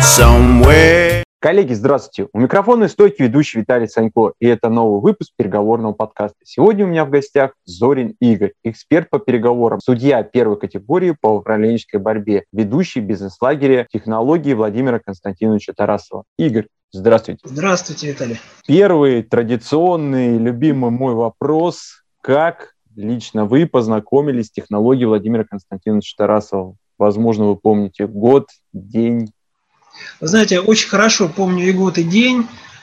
somewhere. Коллеги, здравствуйте. У микрофона стойки ведущий Виталий Санько, и это новый выпуск переговорного подкаста. Сегодня у меня в гостях Зорин Игорь, эксперт по переговорам, судья первой категории по управленческой борьбе, ведущий бизнес-лагеря технологии Владимира Константиновича Тарасова. Игорь, здравствуйте. Здравствуйте, Виталий. Первый традиционный, любимый мой вопрос. Как лично вы познакомились с технологией Владимира Константиновича Тарасова? Возможно, вы помните год, день. Вы знаете, очень хорошо помню и год, и день.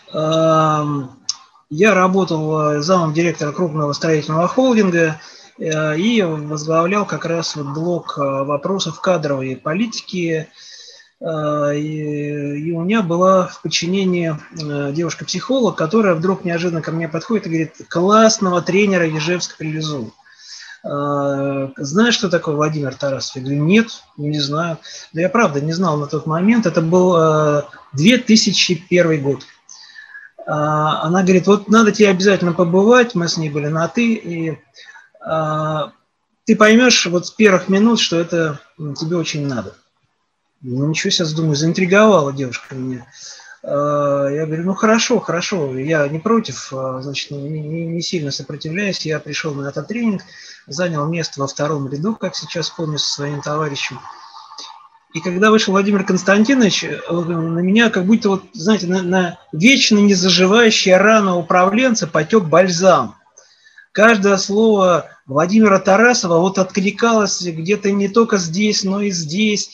Я работал замом директора крупного строительного холдинга и возглавлял как раз вот блок вопросов кадровой политики. И у меня была в подчинении девушка-психолог, которая вдруг неожиданно ко мне подходит и говорит: классного тренера Ижевск привезу. Знаешь, что такое Владимир Тарасов? Я говорю: нет, не знаю. Да я правда не знал на тот момент. Это был 2001 год. Она говорит: вот надо тебе обязательно побывать. Мы с ней были на «ты». И ты поймешь вот с первых минут, что это тебе очень надо. Ну, ничего себе, думаю, заинтриговала девушка меня. Я говорю: ну хорошо, я не против, значит, не сильно сопротивляюсь. Я пришел на этот тренинг, занял место во втором ряду, как сейчас помню, со своим товарищем. И когда вышел Владимир Константинович, на меня как будто, вот, знаете, на вечно незаживающая рана управленца потек бальзам. Каждое слово Владимира Тарасова вот откликалось где-то не только здесь, но и здесь.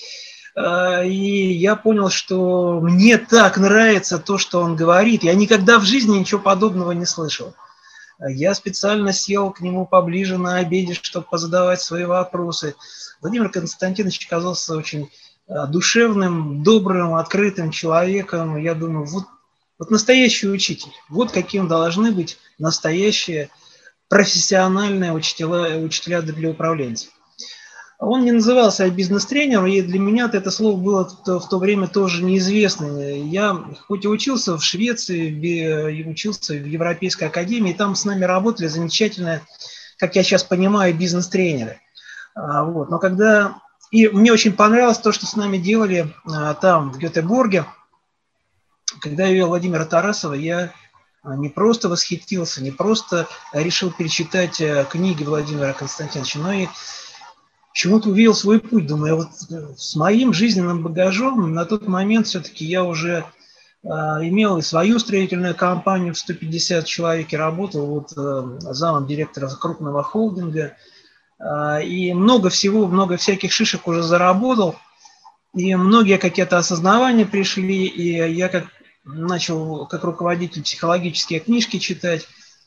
И я понял, что мне так нравится то, что он говорит. Я никогда в жизни ничего подобного не слышал. Я специально сел к нему поближе на обеде, чтобы позадавать свои вопросы. Владимир Константинович оказался очень душевным, добрым, открытым человеком. Я думаю, вот настоящий учитель. Вот каким должны быть настоящие профессиональные учителя для управленцев. Он не назывался бизнес-тренером, и для меня это слово было в то время тоже неизвестно. Я хоть и учился в Швеции, и учился в Европейской академии, и там с нами работали замечательные, как я сейчас понимаю, бизнес-тренеры. Вот. Но когда... И мне очень понравилось то, что с нами делали там, в Гетеборге. Когда я вел Владимира Тарасова, я не просто восхитился, не просто решил перечитать книги Владимира Константиновича, но и почему-то увидел свой путь. Думаю, вот с моим жизненным багажом на тот момент все-таки я уже имел и свою строительную компанию в 150 человек, и работал вот замом директора крупного холдинга. И много всего, много всяких шишек уже заработал. И многие какие-то осознавания пришли, и я начал как руководитель психологические книжки читать.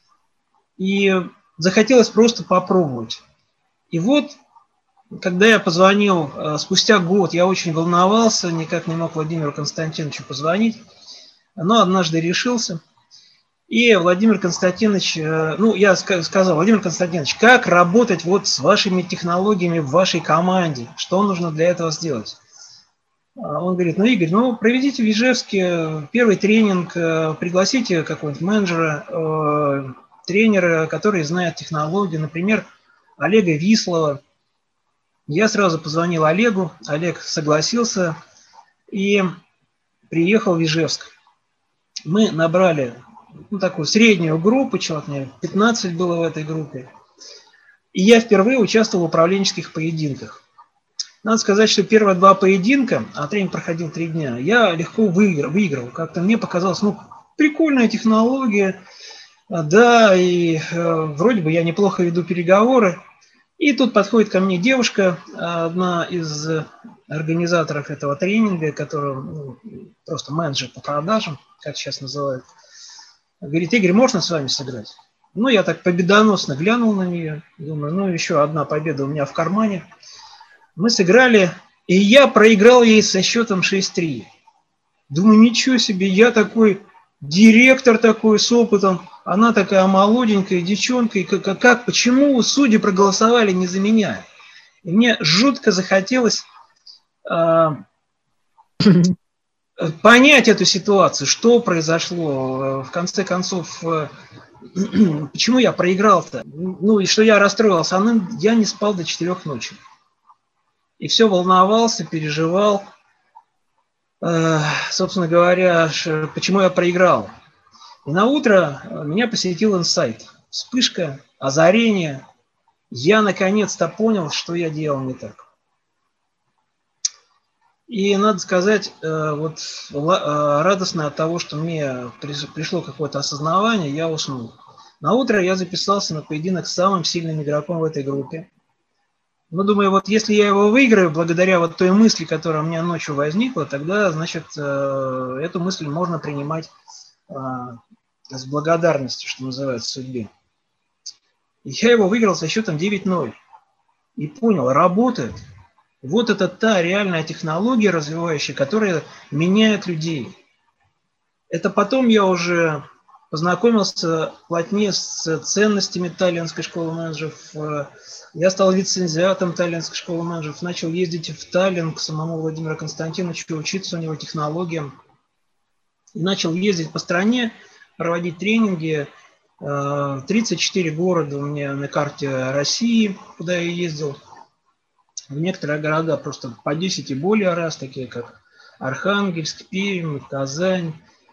И захотелось просто попробовать. И вот, когда я позвонил спустя год, я очень волновался, никак не мог Владимиру Константиновичу позвонить, но однажды решился. И Владимир Константинович, я сказал: Владимир Константинович, как работать вот с вашими технологиями в вашей команде? Что нужно для этого сделать? Он говорит: Игорь, проведите в Ижевске первый тренинг, пригласите какого-нибудь менеджера, тренера, который знает технологии, например, Олега Вислова. Я сразу позвонил Олегу, Олег согласился и приехал в Ижевск. Мы набрали такую среднюю группу, человек, наверное, 15 было в этой группе. И я впервые участвовал в управленческих поединках. Надо сказать, что первые два поединка, а тренинг проходил 3 дня, я легко выиграл. Как-то мне показалось, прикольная технология, да, и вроде бы я неплохо веду переговоры. И тут подходит ко мне девушка, одна из организаторов этого тренинга, которая просто менеджер по продажам, как сейчас называют. Говорит: Игорь, можно с вами сыграть? Я так победоносно глянул на нее, думаю, еще одна победа у меня в кармане. Мы сыграли, и я проиграл ей со счетом 6-3. Думаю, ничего себе, я такой директор такой с опытом, она такая молоденькая девчонка, и почему судьи проголосовали не за меня? И мне жутко захотелось понять эту ситуацию, что произошло, в конце концов, почему я проиграл-то, и что я расстроился. Я не спал до 4 ночи. И все волновался, переживал. собственно говоря, почему я проиграл. И на утро меня посетил инсайт. Вспышка, озарение. Я наконец-то понял, что я делал не так. И надо сказать, радостно от того, что мне пришло какое-то осознавание, я уснул. На утро я записался на поединок с самым сильным игроком в этой группе. Но думаю, вот если я его выиграю, благодаря вот той мысли, которая у меня ночью возникла, тогда, значит, эту мысль можно принимать с благодарностью, что называется, судьбе. И я его выиграл со счетом 9-0. И понял, работает. Вот это та реальная технология развивающая, которая меняет людей. Это потом я уже познакомился плотнее с ценностями Таллинской школы менеджеров. Я стал лицензиатом Таллинской школы менеджеров, начал ездить в Таллин к самому Владимиру Константиновичу, учиться у него технологиям. И начал ездить по стране, проводить тренинги. 34 города у меня на карте России, куда я ездил. В некоторые города просто по 10 и более раз, такие как Архангельск, Пермь, Казань,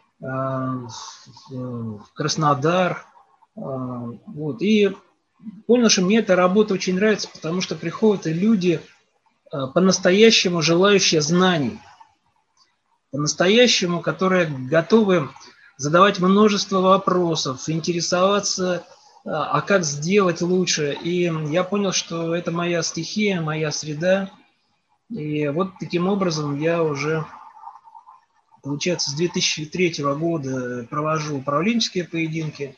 Краснодар. Вот. И понял, что мне эта работа очень нравится, потому что приходят люди, по-настоящему желающие знаний, по-настоящему, которые готовы задавать множество вопросов, интересоваться, а как сделать лучше. И я понял, что это моя стихия, моя среда. И вот таким образом я уже, получается, с 2003 года провожу управленческие поединки,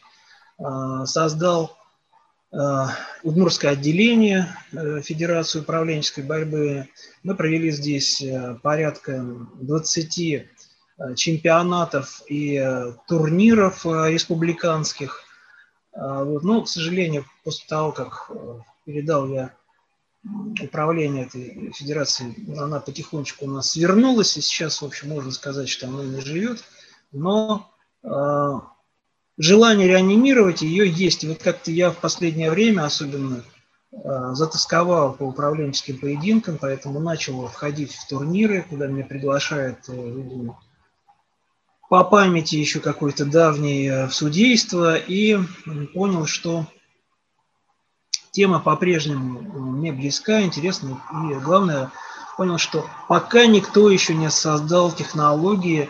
создал Удмуртское отделение Федерации управленческой борьбы. Мы провели здесь порядка 20 чемпионатов и турниров республиканских. Вот. Но, к сожалению, после того, как передал я управление этой федерации, она потихонечку у нас свернулась, и сейчас, в общем, можно сказать, что она не живет. Но желание реанимировать ее есть. И вот как-то я в последнее время особенно затасковал по управленческим поединкам, поэтому начал входить в турниры, куда меня приглашают, видимо, по памяти еще какой-то давней в судейство, и понял, что тема по-прежнему мне близка, интересна, и главное, понял, что пока никто еще не создал технологии,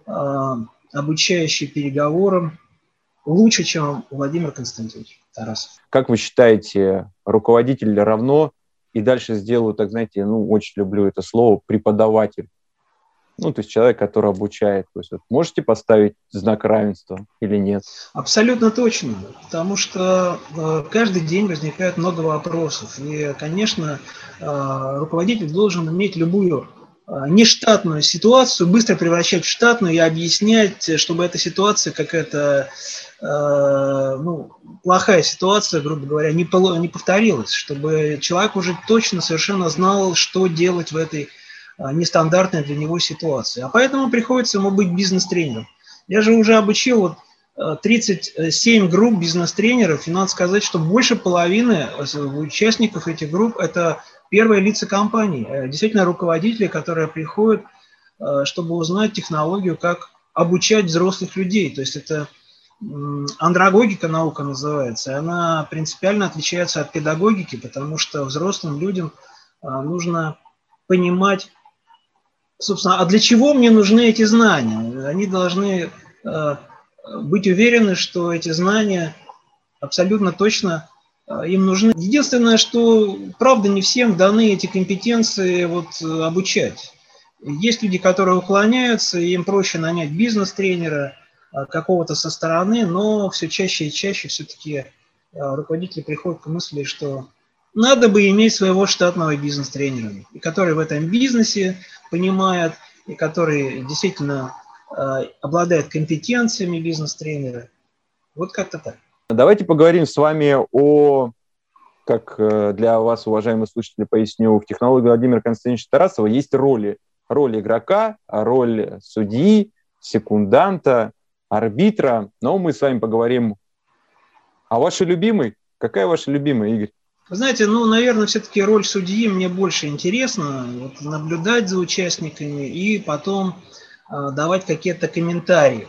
обучающие переговорам, лучше, чем Владимир Константинович Тарасов. Как вы считаете, руководитель равно, и дальше сделаю, так знаете, очень люблю это слово, преподаватель? То есть человек, который обучает. То есть вот можете поставить знак равенства или нет? Абсолютно точно, потому что каждый день возникает много вопросов. И, конечно, руководитель должен иметь любую нештатную ситуацию быстро превращать в штатную и объяснять, чтобы эта ситуация какая-то плохая ситуация, грубо говоря, не повторилась, чтобы человек уже точно совершенно знал, что делать в этой нестандартной для него ситуации. А поэтому приходится ему быть бизнес-тренером. Я же уже обучил 37 групп бизнес-тренеров, и надо сказать, что больше половины участников этих групп – это первые лица компании, действительно руководители, которые приходят, чтобы узнать технологию, как обучать взрослых людей. То есть это андрогогика наука называется, она принципиально отличается от педагогики, потому что взрослым людям нужно понимать, собственно, а для чего мне нужны эти знания? Они должны быть уверены, что эти знания абсолютно точно им нужны. Единственное, что, правда, не всем даны эти компетенции обучать. Есть люди, которые уклоняются, и им проще нанять бизнес-тренера какого-то со стороны, но все чаще и чаще все-таки руководители приходят к мысли, что надо бы иметь своего штатного бизнес-тренера, и который в этом бизнесе понимает, и который действительно обладает компетенциями бизнес-тренера. Вот как-то так. Давайте поговорим с вами как для вас, уважаемые слушатели, поясню, в технологии Владимира Константиновича Тарасова есть роли. Роль игрока, роль судьи, секунданта, арбитра. Но мы с вами поговорим о вашей любимой. Какая ваша любимая, Игорь? Вы знаете, наверное, все-таки роль судьи мне больше интересна, вот, наблюдать за участниками и потом давать какие-то комментарии.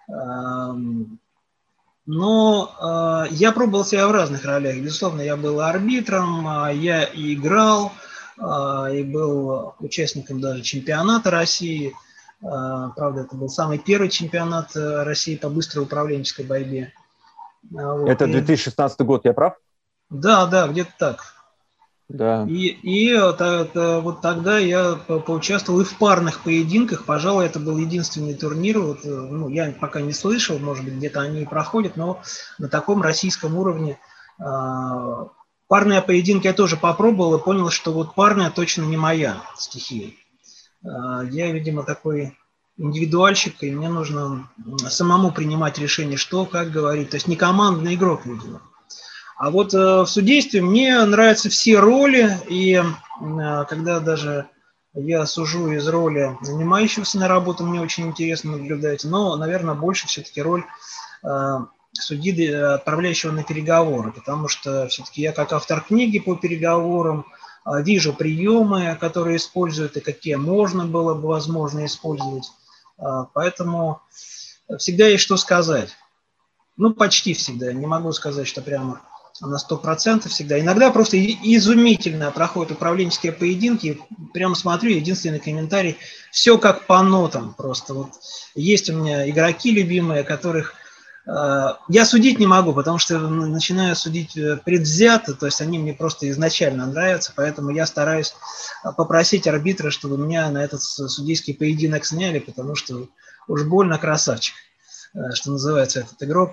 Но я пробовал себя в разных ролях. Безусловно, я был арбитром, я и играл, и был участником даже чемпионата России. Правда, это был самый первый чемпионат России по быстрой управленческой борьбе. Это 2016 год, я прав? Да, где-то так. Да. И вот тогда я поучаствовал и в парных поединках. Пожалуй, это был единственный турнир. Вот, я пока не слышал, может быть, где-то они и проходят, но на таком российском уровне. Парные поединки я тоже попробовал и понял, что вот парная точно не моя стихия. Я, видимо, такой индивидуальщик, и мне нужно самому принимать решение, что, как говорить. То есть не командный игрок, видимо. А вот в судействе мне нравятся все роли, и когда даже я сужу из роли нанимающегося на работу, мне очень интересно наблюдать, но, наверное, больше все-таки роль судьи, отправляющего на переговоры, потому что все-таки я как автор книги по переговорам вижу приемы, которые используют и какие можно было бы, возможно, использовать, поэтому всегда есть что сказать. Почти всегда, не могу сказать, что прямо на 100% всегда. Иногда просто изумительно проходят управленческие поединки. Прямо смотрю, единственный комментарий. Все как по нотам просто. Вот есть у меня игроки любимые, которых я судить не могу, потому что начинаю судить предвзято, то есть они мне просто изначально нравятся, поэтому я стараюсь попросить арбитра, чтобы меня на этот судейский поединок сняли, потому что уж больно красавчик, что называется, этот игрок.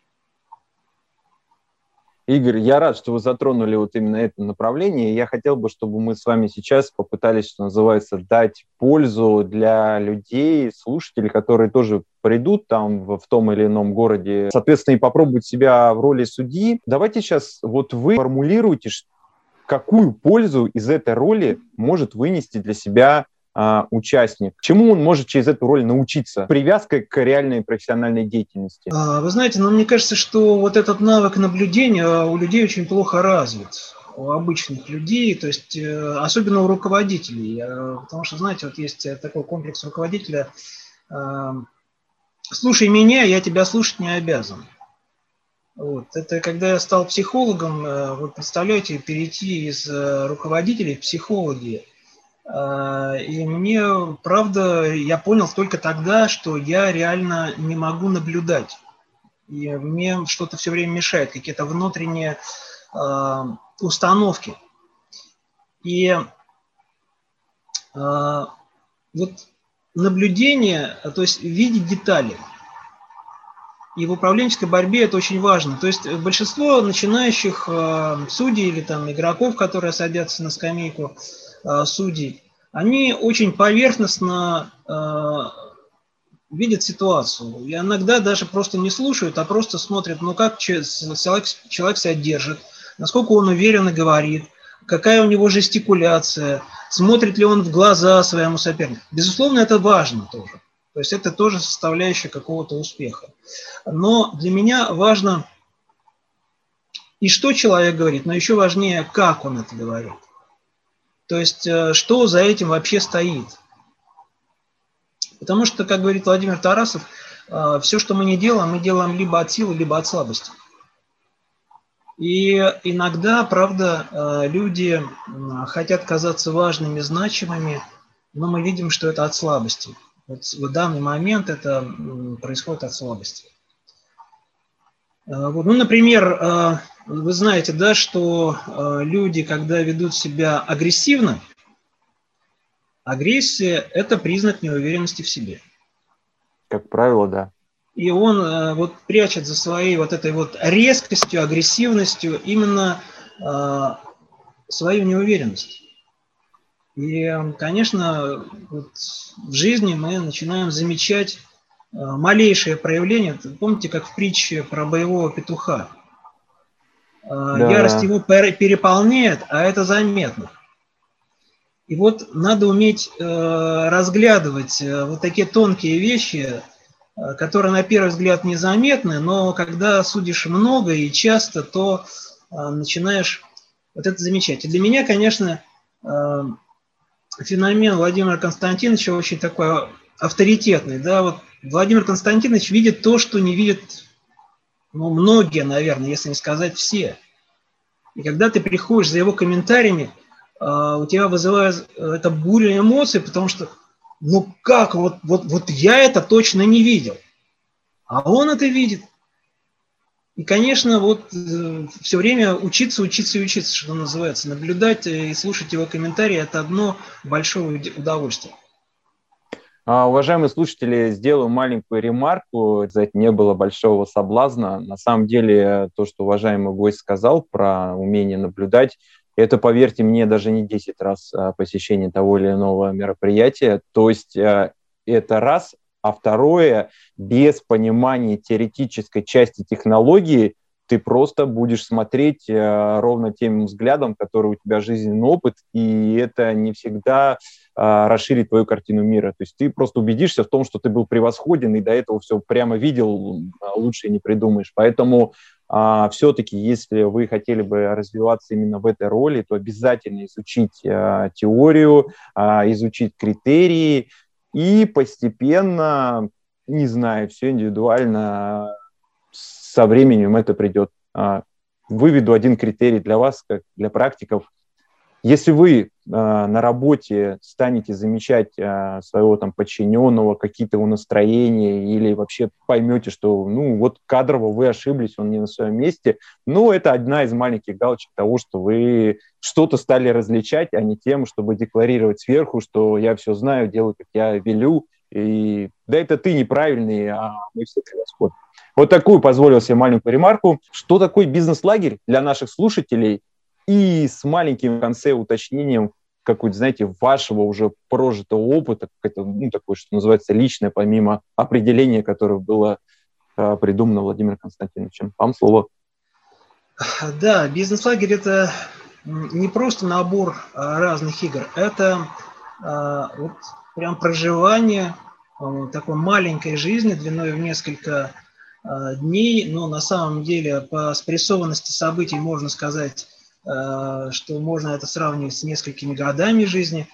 Игорь, я рад, что вы затронули вот именно это направление. Я хотел бы, чтобы мы с вами сейчас попытались, что называется, дать пользу для людей, слушателей, которые тоже придут там в том или ином городе, соответственно, и попробуют себя в роли судьи. Давайте сейчас вот вы формулируйте, какую пользу из этой роли может вынести для себя участник. Чему он может через эту роль научиться? Привязка к реальной профессиональной деятельности. Вы знаете, мне кажется, что вот этот навык наблюдения у людей очень плохо развит. У обычных людей, то есть особенно у руководителей. Потому что, знаете, вот есть такой комплекс руководителя. Слушай меня, я тебя слушать не обязан. Вот. Это когда я стал психологом, вы представляете, перейти из руководителей в психологи. И мне, правда, я понял только тогда, что я реально не могу наблюдать. И мне что-то все время мешает, какие-то внутренние установки. И вот наблюдение, то есть видеть детали. И в управленческой борьбе это очень важно. То есть большинство начинающих судей или там игроков, которые садятся на скамейку судей, они очень поверхностно видят ситуацию. И иногда даже просто не слушают, а просто смотрят, как человек себя держит, насколько он уверенно говорит, какая у него жестикуляция, смотрит ли он в глаза своему сопернику. Безусловно, это важно тоже. То есть это тоже составляющая какого-то успеха. Но для меня важно и что человек говорит, но еще важнее, как он это говорит. То есть, что за этим вообще стоит. Потому что, как говорит Владимир Тарасов, все, что мы делаем либо от силы, либо от слабости. И иногда, правда, люди хотят казаться важными, значимыми, но мы видим, что это от слабости. Вот в данный момент это происходит от слабости. Вот, например, вы знаете, да, что люди, когда ведут себя агрессивно, агрессия – это признак неуверенности в себе. Как правило, да. И он прячет за своей вот этой вот резкостью, агрессивностью именно свою неуверенность. И, конечно, в жизни мы начинаем замечать малейшие проявления. Помните, как в притче про боевого петуха? Да. Ярость его переполняет, а это заметно. И вот надо уметь разглядывать вот такие тонкие вещи, которые на первый взгляд незаметны, но когда судишь много и часто, то начинаешь Вот это замечательно. Для меня, конечно, феномен Владимира Константиновича очень такой авторитетный. Да? Вот Владимир Константинович видит то, что не видят многие, наверное, если не сказать все. И когда ты приходишь за его комментариями, у тебя вызывает это буря эмоций, потому что, как, вот я это точно не видел, а он это видит. И, конечно, все время учиться и учиться, что называется. Наблюдать и слушать его комментарии – это одно большое удовольствие. Уважаемые слушатели, сделаю маленькую ремарку. Это не было большого соблазна. На самом деле, то, что уважаемый гость сказал про умение наблюдать, это, поверьте мне, даже не 10 раз посещение того или иного мероприятия. То есть это раз, а второе, без понимания теоретической части технологии, ты просто будешь смотреть ровно тем взглядом, который у тебя жизненный опыт, и это не всегда расширит твою картину мира. То есть ты просто убедишься в том, что ты был превосходен, и до этого все прямо видел, лучше не придумаешь. Поэтому все-таки, если вы хотели бы развиваться именно в этой роли, то обязательно изучить теорию, изучить критерии, и постепенно, не знаю, все индивидуально, со временем это придет. Выведу один критерий для вас, как для практиков. Если вы на работе станете замечать своего там подчиненного, какие-то его настроения, или вообще поймете, что кадрово вы ошиблись, он не на своем месте, это одна из маленьких галочек того, что вы что-то стали различать, а не тем, чтобы декларировать сверху, что я все знаю, делаю, как я велю, и да это ты неправильный, а мы все превосходны. Вот такую позволил себе маленькую ремарку. Что такое бизнес-лагерь для наших слушателей? И с маленьким в конце уточнением какой-то, знаете, вашего уже прожитого опыта, такое, что называется, личное, помимо определения, которое было придумано Владимиром Константиновичем. Вам слово. Да, бизнес-лагерь – это не просто набор разных игр, это прям проживание такой маленькой жизни длиной в несколько дней, но на самом деле по спрессованности событий можно сказать, что можно это сравнивать с несколькими годами жизни.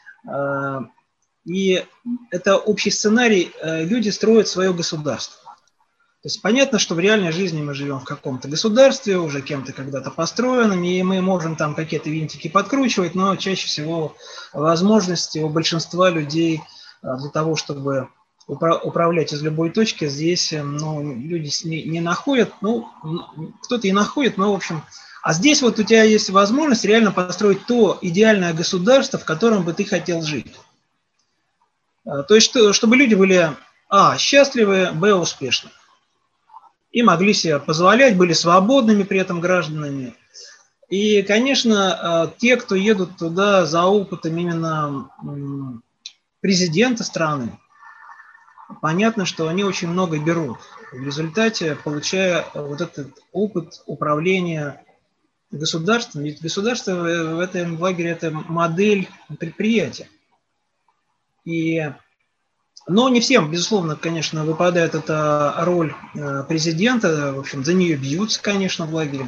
И это общий сценарий. Люди строят свое государство. То есть понятно, что в реальной жизни мы живем в каком-то государстве, уже кем-то когда-то построенном, и мы можем там какие-то винтики подкручивать, но чаще всего возможности у большинства людей для того, чтобы управлять из любой точки, здесь люди не находят, кто-то и находит, но в общем... А здесь вот у тебя есть возможность реально построить то идеальное государство, в котором бы ты хотел жить. То есть, чтобы люди были, счастливы, успешны. И могли себе позволять, были свободными при этом гражданами. И, конечно, те, кто едут туда за опытом именно президента страны, понятно, что они очень много берут. В результате, получая вот этот опыт управления государством, ведь государство в этом лагере – это модель предприятия. Но не всем, безусловно, конечно, выпадает эта роль президента, в общем, за нее бьются, конечно, в лагере.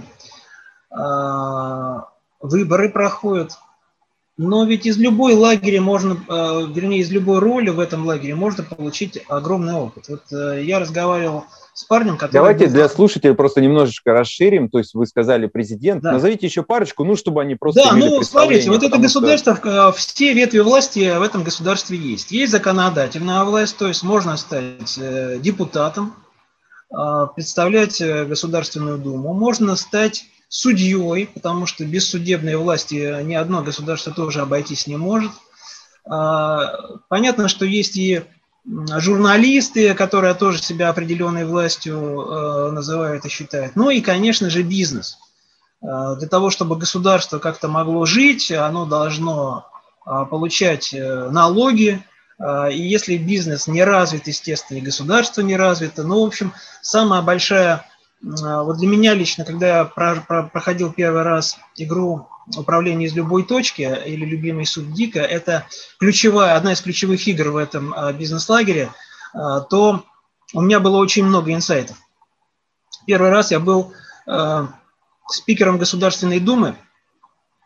Выборы проходят. Но ведь из любой лагеря из любой роли в этом лагере можно получить огромный опыт. Вот я разговаривал с парнем, который... Давайте для слушателей просто немножечко расширим. То есть вы сказали президент. Да. Назовите еще парочку, чтобы они просто имели представление. Смотрите, вот это государство, все ветви власти в этом государстве есть. Есть законодательная власть, то есть можно стать депутатом, представлять Государственную Думу, можно стать судьей, потому что без судебной власти ни одно государство тоже обойтись не может. Понятно, что есть и журналисты, которые тоже себя определенной властью называют и считают. Ну и, конечно же, бизнес. Для того, чтобы государство как-то могло жить, оно должно получать налоги. И если бизнес не развит, естественно, и государство не развито. Ну, в общем, самая большая... Вот для меня лично, когда я проходил первый раз игру «Управление из любой точки» или «Любимый суд Дика», это одна из ключевых игр в этом бизнес-лагере, то у меня было очень много инсайтов. Первый раз я был спикером Государственной Думы,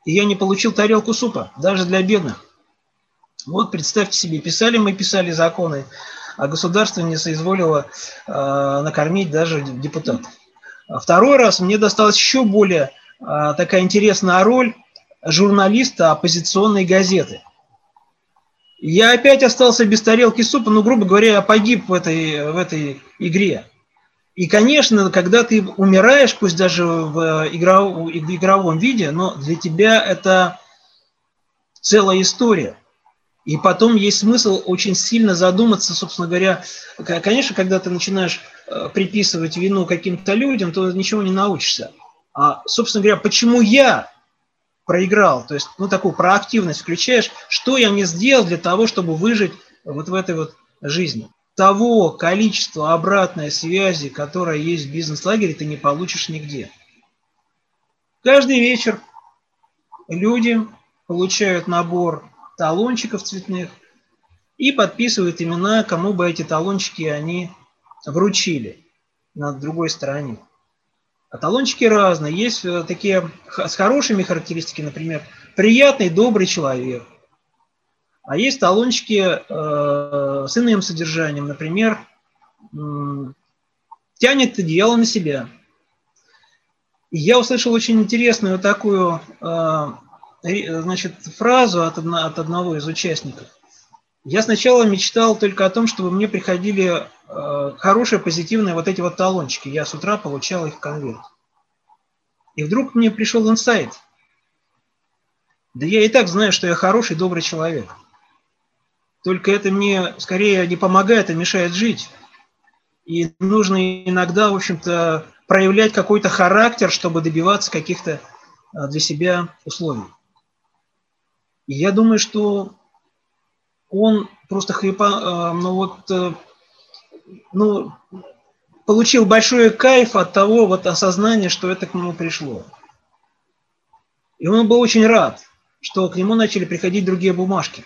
и я не получил тарелку супа, даже для бедных. Вот представьте себе, писали законы, а государство не соизволило накормить даже депутатов. Второй раз мне досталась еще более такая интересная роль журналиста оппозиционной газеты. Я опять остался без тарелки супа, грубо говоря, я погиб в этой игре. И, конечно, когда ты умираешь, пусть даже в игровом виде, но для тебя это целая история. И потом есть смысл очень сильно задуматься, собственно говоря. Конечно, когда ты начинаешь приписывать вину каким-то людям, то ничего не научишься. А, собственно говоря, почему я проиграл? То есть, такую проактивность включаешь. Что я не сделал для того, чтобы выжить вот в этой вот жизни? Того количества обратной связи, которая есть в бизнес-лагере, ты не получишь нигде. Каждый вечер люди получают набор талончиков цветных и подписывают имена, кому бы эти талончики они вручили на другой стороне. А талончики разные. Есть такие с хорошими характеристиками, например, приятный, добрый человек. А есть талончики с иным содержанием, например, тянет одеяло на себя. И я услышал очень интересную такую фразу от одного из участников. Я сначала мечтал только о том, чтобы мне приходили хорошие, позитивные вот эти вот талончики. Я с утра получал их в конверт. И вдруг мне пришел инсайт. Да я и так знаю, что я хороший, добрый человек. Только это мне скорее не помогает, а мешает жить. И нужно иногда, в общем-то, проявлять какой-то характер, чтобы добиваться каких-то для себя условий. И я думаю, что он просто получил большой кайф от того вот осознания, что это к нему пришло. И он был очень рад, что к нему начали приходить другие бумажки.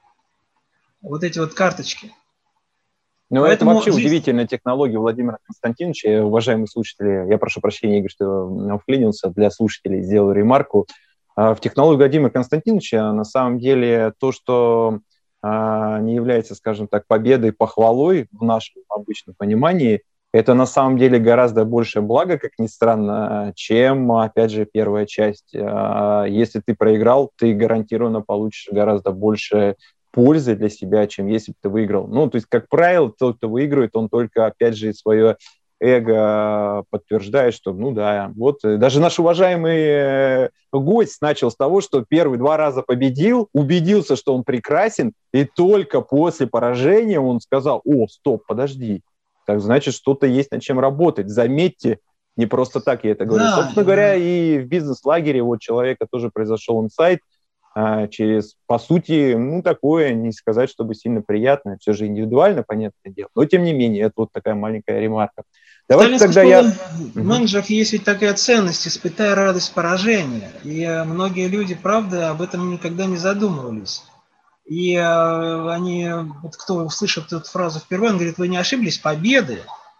Вот эти вот карточки. Ну, это вообще удивительная технология Владимира Константиновича. Уважаемые слушатели, я прошу прощения, Игорь, что вклинился, для слушателей сделал ремарку. В технологии Владимира Константиновича на самом деле то, что не является, скажем так, победой, похвалой в нашем обычном понимании, это на самом деле гораздо больше благо, как ни странно, чем, опять же, первая часть. Если ты проиграл, ты гарантированно получишь гораздо больше пользы для себя, чем если бы ты выиграл. То есть, как правило, тот, кто выигрывает, он только, опять же, свое эго подтверждает, что, вот даже наш уважаемый гость начал с того, что первые 2 раза победил, убедился, что он прекрасен, и только после поражения он сказал: стоп, подожди, так значит, что-то есть над чем работать. Заметьте, не просто так я это говорю. Да, собственно говоря, и в бизнес-лагере вот человека тоже произошел инсайт, через, по сути, такое, не сказать, чтобы сильно приятное, все же индивидуально, понятное дело, но тем не менее, это вот такая маленькая ремарка. Давайте тогда менеджеров есть ведь такая ценность: испытай радость поражения. И многие люди, правда, об этом никогда не задумывались. И они, вот кто услышит эту фразу впервые, он говорит: вы не ошиблись, победы.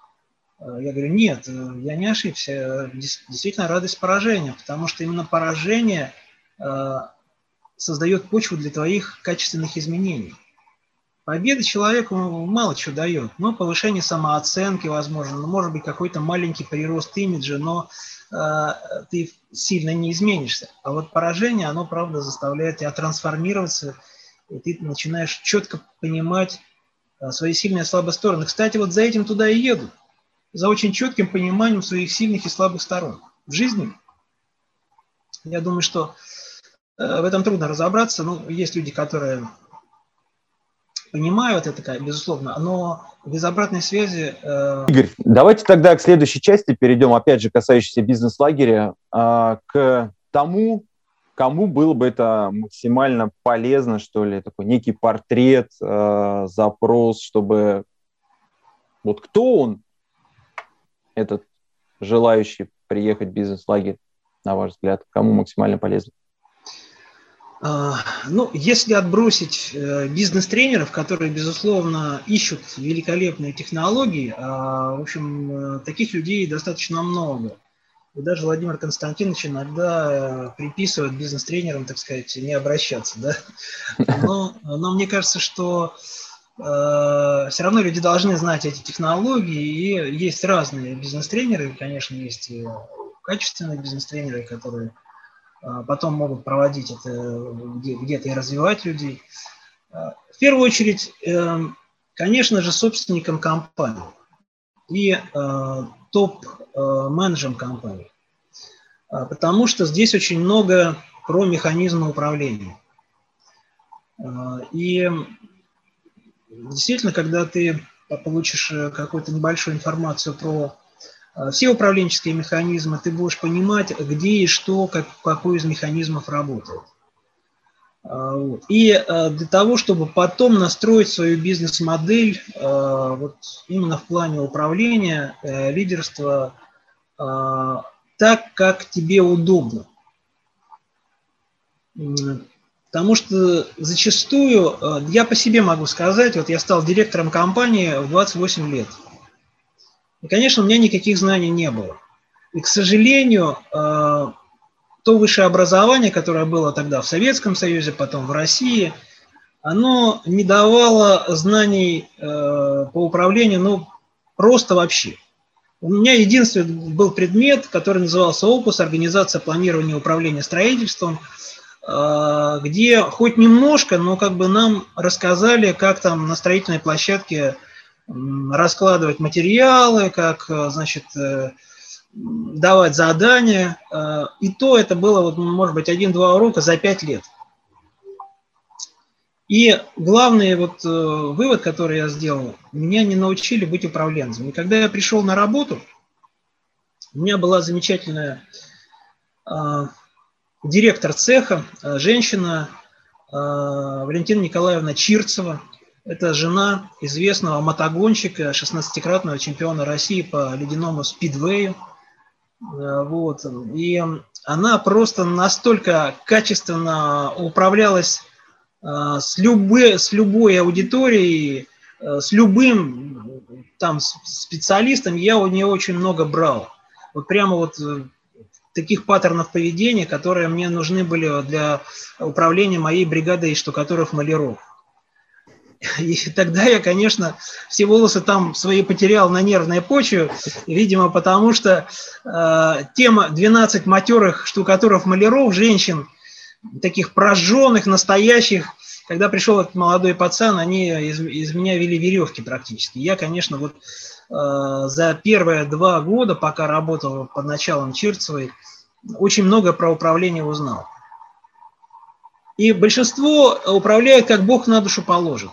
Я говорю: нет, я не ошибся. Действительно радость поражения, потому что именно поражение создает почву для твоих качественных изменений. Победа человеку мало чего дает, но повышение самооценки, возможно, может быть какой-то маленький прирост имиджа, но ты сильно не изменишься. А вот поражение, оно, правда, заставляет тебя трансформироваться, и ты начинаешь четко понимать свои сильные и слабые стороны. Кстати, вот за этим туда и едут, за очень четким пониманием своих сильных и слабых сторон. В жизни, я думаю, что в этом трудно разобраться. Есть люди, которые понимают это, безусловно, но без обратной связи... Игорь, давайте тогда к следующей части перейдем, опять же, касающейся бизнес-лагеря, к тому, кому было бы это максимально полезно, что ли, такой некий портрет, запрос, чтобы... Вот кто он, этот желающий приехать в бизнес-лагерь, на ваш взгляд, кому максимально полезно? Если отбросить бизнес-тренеров, которые, безусловно, ищут великолепные технологии, в общем, таких людей достаточно много. И даже Владимир Константинович иногда приписывает бизнес-тренерам, так сказать, не обращаться. Да? Но мне кажется, что все равно люди должны знать эти технологии, и есть разные бизнес-тренеры, конечно, есть и качественные бизнес-тренеры, которые потом могут проводить это где-то и развивать людей. В первую очередь, конечно же, собственникам компании и топ-менеджерам компании, потому что здесь очень много про механизмы управления. И действительно, когда ты получишь какую-то небольшую информацию про все управленческие механизмы, ты будешь понимать, где и что, какой из механизмов работает. И для того, чтобы потом настроить свою бизнес-модель вот именно в плане управления, лидерства, так, как тебе удобно. Потому что зачастую, я по себе могу сказать, вот я стал директором компании в 28 лет. И, конечно, у меня никаких знаний не было. И, к сожалению, то высшее образование, которое было тогда в Советском Союзе, потом в России, оно не давало знаний по управлению, ну, просто вообще. У меня единственный был предмет, который назывался ОПУС, организация планирования и управления строительством, где хоть немножко, но как бы нам рассказали, как там на строительной площадке раскладывать материалы, как, значит, давать задания. И то это было, вот, может быть, 1-2 урока за 5 лет. И главный вот вывод, который я сделал, меня не научили быть управленцем. И когда я пришел на работу, у меня была замечательная директор цеха, женщина Валентина Николаевна Чирцева. Это жена известного мотогонщика, 16-кратного чемпиона России по ледяному спидвею. Вот. И она просто настолько качественно управлялась с любой аудиторией, с любым там специалистом. Я у нее очень много брал. Вот прямо вот таких паттернов поведения, которые мне нужны были для управления моей бригадой штукатуров-маляров. И тогда я, конечно, все волосы там свои потерял на нервной почве, видимо, потому что тема 12 матерых штукатуров-маляров, женщин, таких прожженных, настоящих, когда пришел этот молодой пацан, они из меня вели веревки практически. Я, конечно, вот за первые 2 года, пока работал под началом Чирцевой, очень много про управление узнал. И большинство управляют, как Бог на душу положит.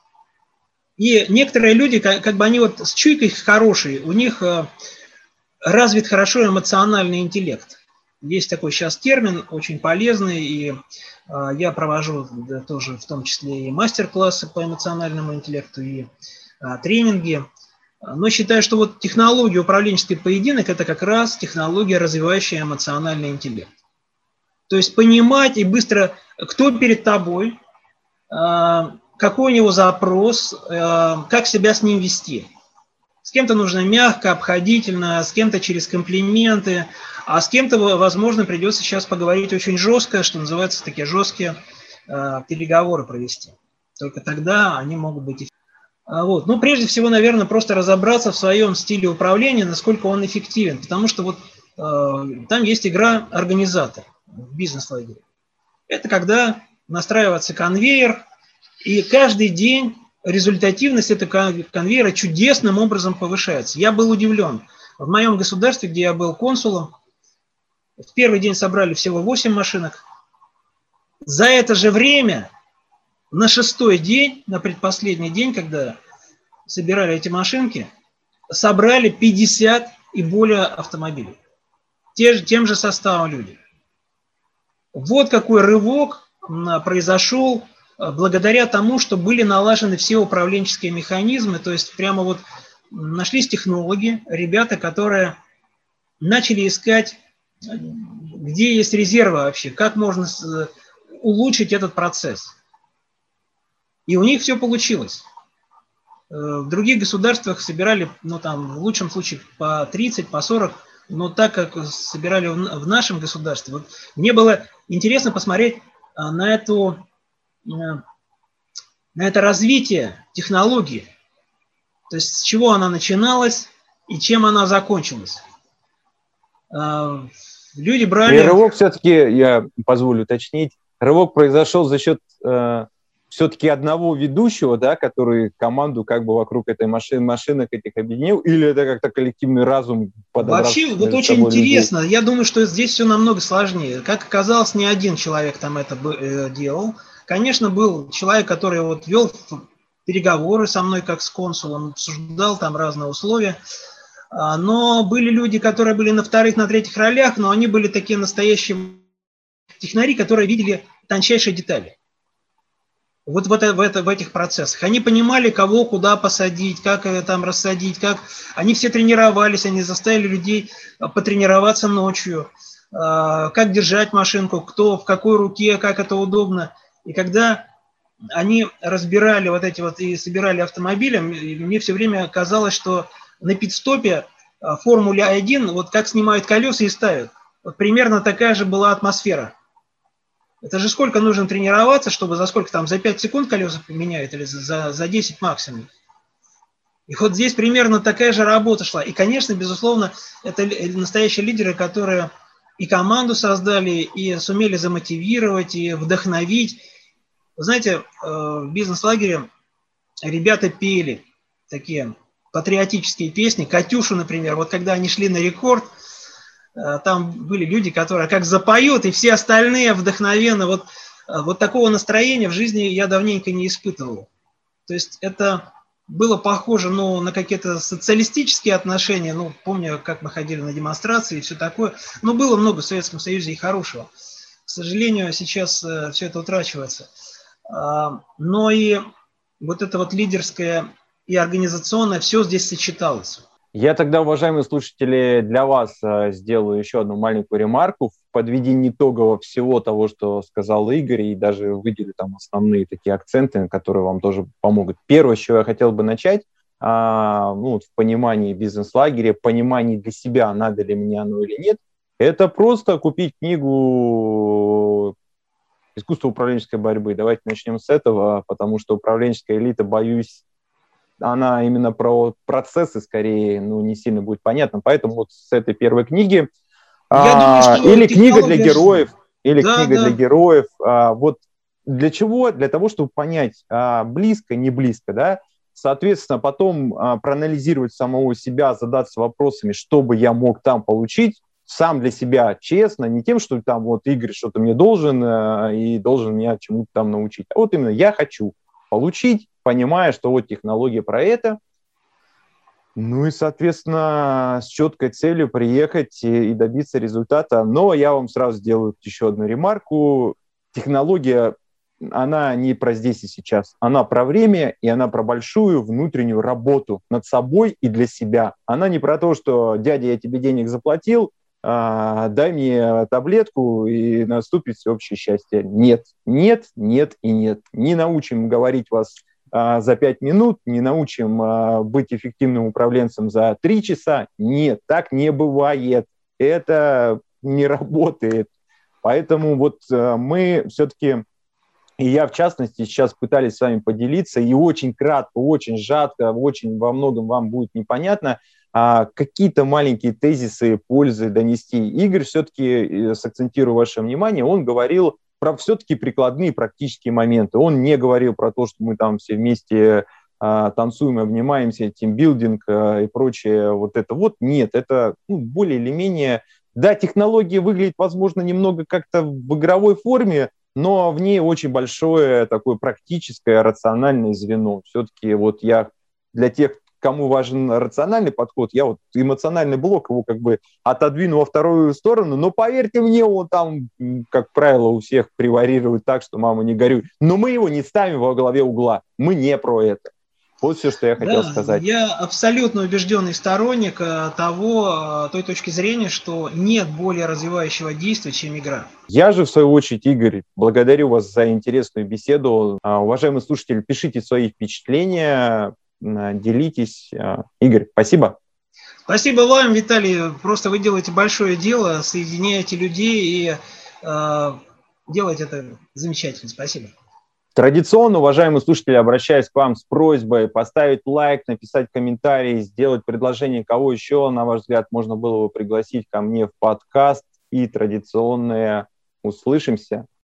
И некоторые люди, как бы они вот с чуйкой хорошей, у них развит хорошо эмоциональный интеллект. Есть такой сейчас термин, очень полезный, и я провожу тоже в том числе и мастер-классы по эмоциональному интеллекту, и тренинги. Но считаю, что вот технология управленческий поединок – это как раз технология, развивающая эмоциональный интеллект. То есть понимать и быстро, кто перед тобой, какой у него запрос, как себя с ним вести. С кем-то нужно мягко, обходительно, с кем-то через комплименты, а с кем-то, возможно, придется сейчас поговорить очень жестко, что называется, такие жесткие переговоры провести. Только тогда они могут быть эффективны. Вот. Ну, прежде всего, наверное, просто разобраться в своем стиле управления, насколько он эффективен, потому что вот там есть игра организатор в бизнес-лагере. Это когда настраивается конвейер, и каждый день результативность этого конвейера чудесным образом повышается. Я был удивлен. В моем государстве, где я был консулом, в первый день собрали всего 8 машинок. За это же время, на 6-й день, на предпоследний день, когда собирали эти машинки, собрали 50 и более автомобилей. Тем же составом людей. Вот какой рывок произошел благодаря тому, что были налажены все управленческие механизмы, то есть прямо вот нашлись технологи, ребята, которые начали искать, где есть резервы вообще, как можно улучшить этот процесс. И у них все получилось. В других государствах собирали, ну там, в лучшем случае по 30, по 40 но так как собирали в нашем государстве, вот мне было интересно посмотреть на это развитие технологии, то есть с чего она начиналась и чем она закончилась. Люди И брали... рывок все-таки, я позволю уточнить, рывок произошел за счет все-таки одного ведущего, да, который команду как бы вокруг этой машинок этих объединил, или это как-то коллективный разум Вообще, подобравших вот между очень собой людей? интересно. Я думаю, что здесь все намного сложнее. Как оказалось, не один человек там это делал. Конечно, был человек, который вот вел переговоры со мной как с консулом, обсуждал там разные условия. Но были люди, которые были на вторых, на третьих ролях, но они были такие настоящие технари, которые видели тончайшие детали. Вот в этих процессах. Они понимали, кого куда посадить, как там рассадить, как... Они все тренировались, они заставили людей потренироваться ночью, как держать машинку, кто в какой руке, как это удобно. И когда они разбирали вот эти вот и собирали автомобили, мне все время казалось, что на пит-стопе Формуле 1, вот как снимают колеса и ставят, вот примерно такая же была атмосфера. Это же сколько нужно тренироваться, чтобы за сколько там, за 5 секунд колеса меняют или за 10 максимум. И вот здесь примерно такая же работа шла. И, конечно, безусловно, это настоящие лидеры, которые и команду создали, и сумели замотивировать, и вдохновить. Вы знаете, в бизнес-лагере ребята пели такие патриотические песни. «Катюшу», например, вот когда они шли на рекорд, там были люди, которые как запоют, и все остальные вдохновенно. Вот такого настроения в жизни я давненько не испытывал. То есть это было похоже на какие-то социалистические отношения. Помню, как мы ходили на демонстрации и все такое. Но было много в Советском Союзе и хорошего. К сожалению, сейчас все это утрачивается. Но и вот это вот лидерское и организационное, все здесь сочеталось. Я тогда, уважаемые слушатели, для вас сделаю еще одну маленькую ремарку в подведении итогового всего того, что сказал Игорь, и даже выделю там основные такие акценты, которые вам тоже помогут. Первое, с чего я хотел бы начать, в понимании бизнес-лагеря, понимании для себя, надо ли мне оно или нет, это просто купить книгу «Искусство управленческой борьбы». Давайте начнем с этого, потому что управленческая элита, боюсь, она именно про процессы скорее, не сильно будет понятна. Поэтому вот с этой первой книги Я думаю, что или книга для героев, Да. Вот для чего? Для того, чтобы понять, близко, не близко, да. Соответственно, потом проанализировать самого себя, задаться вопросами, что бы я мог там получить, сам для себя честно, не тем, что там вот Игорь что-то мне должен и должен меня чему-то там научить. А вот именно я хочу получить, понимая, что вот технология про это, и, соответственно, с четкой целью приехать и добиться результата. Но я вам сразу сделаю еще одну ремарку. Технология, она не про здесь и сейчас. Она про время, и она про большую внутреннюю работу над собой и для себя. Она не про то, что дядя, я тебе денег заплатил, дай мне таблетку, и наступит всеобщее счастье. Нет, нет, нет и нет. Не научим говорить вас за 5 минут, не научим быть эффективным управленцем за 3 часа. Нет, так не бывает. Это не работает. Поэтому вот мы все-таки, и я в частности сейчас пытались с вами поделиться, и очень кратко, очень сжатко, очень во многом вам будет непонятно, какие-то маленькие тезисы пользы донести. Игорь все-таки, сакцентирую ваше внимание, он говорил про все-таки прикладные практические моменты. Он не говорил про то, что мы там все вместе танцуем, обнимаемся, тимбилдинг и прочее. Вот это вот нет, это более или менее... Да, технология выглядит, возможно, немного как-то в игровой форме, но в ней очень большое такое практическое, рациональное звено. Все-таки вот я для тех, кому важен рациональный подход, я вот эмоциональный блок его как бы отодвину во вторую сторону, но поверьте мне, он там, как правило, у всех преварирует так, что мама не горюй. Но мы его не ставим во главе угла, мы не про это. Вот все, что я хотел сказать. Я абсолютно убежденный сторонник той точки зрения, что нет более развивающего действия, чем игра. Я же, в свою очередь, Игорь, благодарю вас за интересную беседу. Уважаемые слушатели, пишите свои впечатления, делитесь. Игорь, спасибо. Спасибо вам, Виталий. Просто вы делаете большое дело, соединяете людей и делаете это замечательно. Спасибо. Традиционно, уважаемые слушатели, обращаюсь к вам с просьбой поставить лайк, написать комментарий, сделать предложение, кого еще, на ваш взгляд, можно было бы пригласить ко мне в подкаст. И традиционное услышимся.